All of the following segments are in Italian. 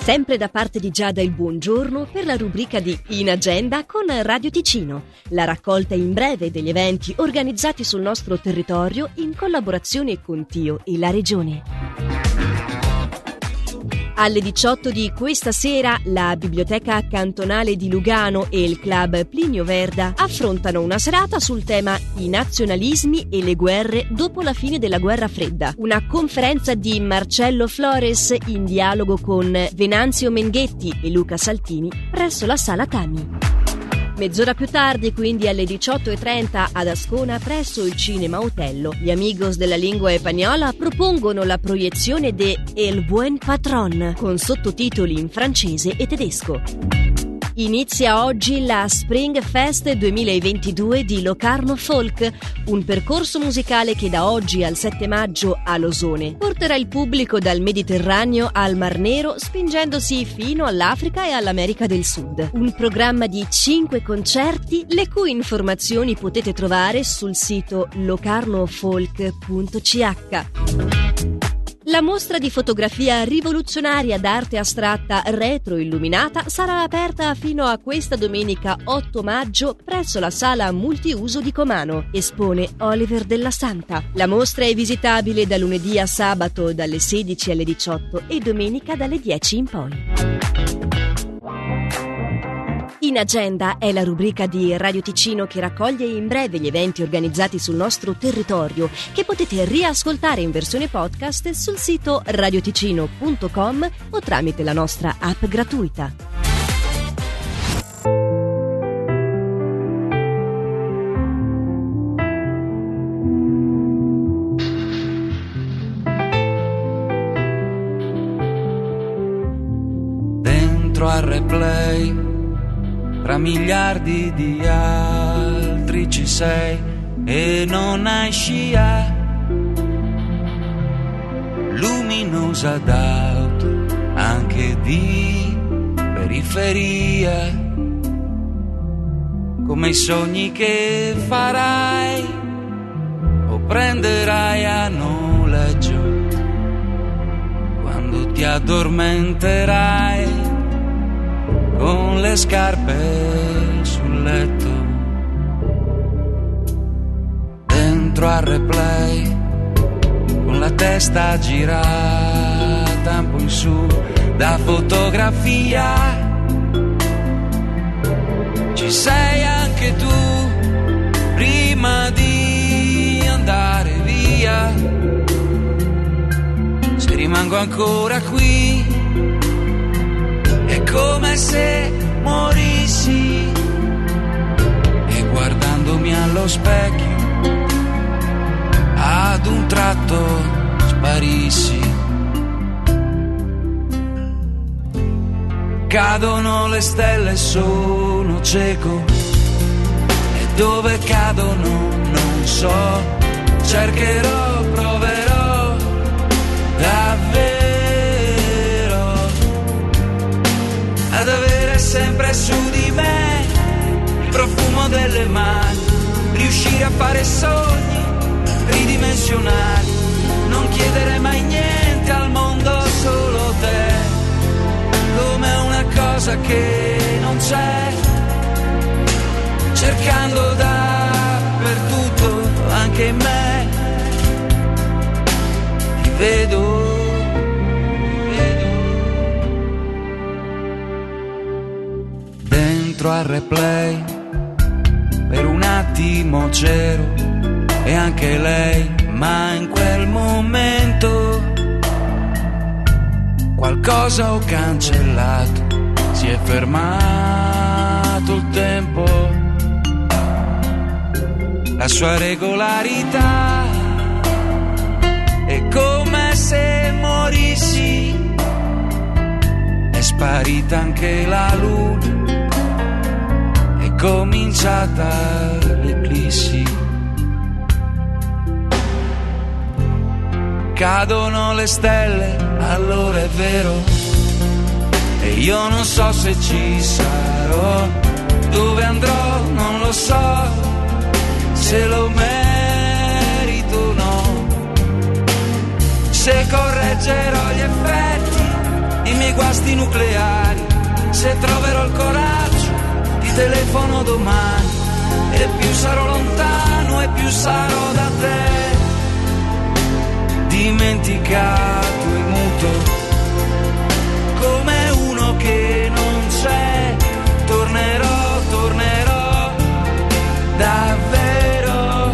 Sempre da parte di Giada il buongiorno per la rubrica di In Agenda con Radio Ticino, la raccolta in breve degli eventi organizzati sul nostro territorio in collaborazione con Tio e la Regione. Alle 18 di questa sera la Biblioteca Cantonale di Lugano e il Club Plinio Verda affrontano una serata sul tema I nazionalismi e le guerre dopo la fine della Guerra Fredda. Una conferenza di Marcello Flores in dialogo con Venanzio Menghetti e Luca Saltini presso la Sala Tami. Mezz'ora più tardi, quindi alle 18:30 ad Ascona presso il Cinema Otello, gli Amigos della Lingua Spagnola propongono la proiezione de El Buen Patrón con sottotitoli in francese e tedesco. Inizia oggi la Spring Fest 2022 di Locarno Folk, un percorso musicale che da oggi al 7 maggio a Losone porterà il pubblico dal Mediterraneo al Mar Nero, spingendosi fino all'Africa e all'America del Sud. Un programma di 5 concerti, le cui informazioni potete trovare sul sito locarnofolk.ch. La mostra di fotografia rivoluzionaria d'arte astratta retroilluminata sarà aperta fino a questa domenica 8 maggio presso la sala multiuso di Comano. Espone Oliver Della Santa. La mostra è visitabile da lunedì a sabato dalle 16 alle 18 e domenica dalle 10 in poi. In Agenda è la rubrica di Radio Ticino che raccoglie in breve gli eventi organizzati sul nostro territorio, che potete riascoltare in versione podcast sul sito radioticino.com o tramite la nostra app gratuita. Dentro al replay, tra miliardi di altri ci sei e non hai scia, luminosa d'auto anche di periferia, come i sogni che farai o prenderai a noleggio quando ti addormenterai con le scarpe sul letto. Dentro al replay, con la testa girata un po' in su da fotografia, ci sei anche tu prima di andare via. Se rimango ancora qui è come se morissi e guardandomi allo specchio ad un tratto sparissi. Cadono le stelle, sono cieco e dove cadono non so, cercherò, proverò davvero ad avere sempre su di me il profumo delle mani, riuscire a fare sogni ridimensionali, non chiedere mai niente al mondo, solo te, come una cosa che non c'è, cercando dappertutto, anche in me, ti vedo. Al replay per un attimo c'ero e anche lei, ma in quel momento qualcosa ho cancellato, si è fermato il tempo, la sua regolarità è come se morissi, è sparita anche la luna, cominciata l'eclissi. Cadono le stelle, allora è vero, e io non so se ci sarò, dove andrò non lo so, se lo merito o no, se correggerò gli effetti i miei guasti nucleari. Se troverò il coraggio ti telefono domani, e più sarò lontano e più sarò da te, dimenticato e muto, come uno che non c'è. Tornerò davvero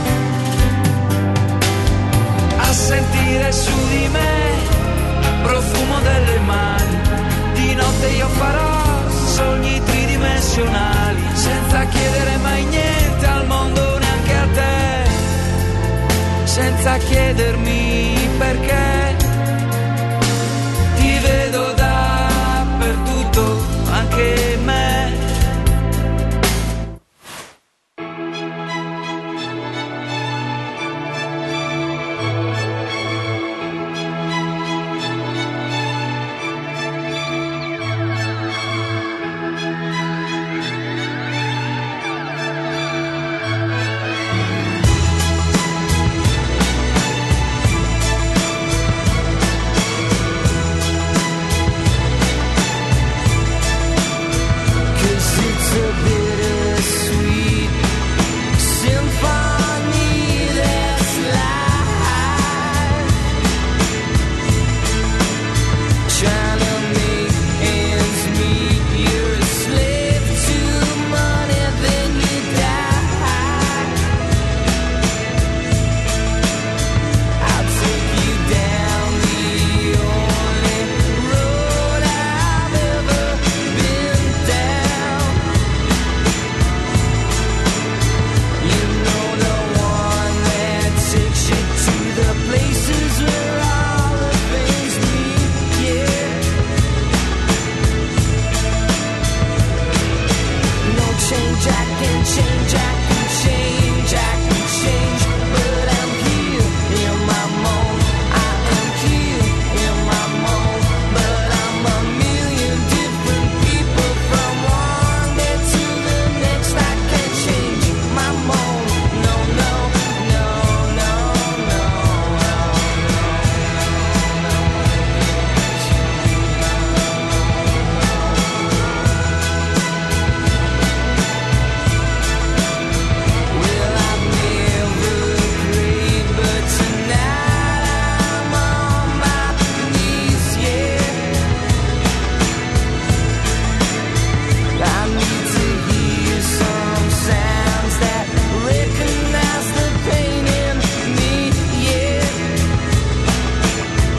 a sentire su di me profumo delle mani. Di notte io farò sogni tridimensionali, senza chiedere mai niente al mondo, neanche a te, senza chiedermi perché.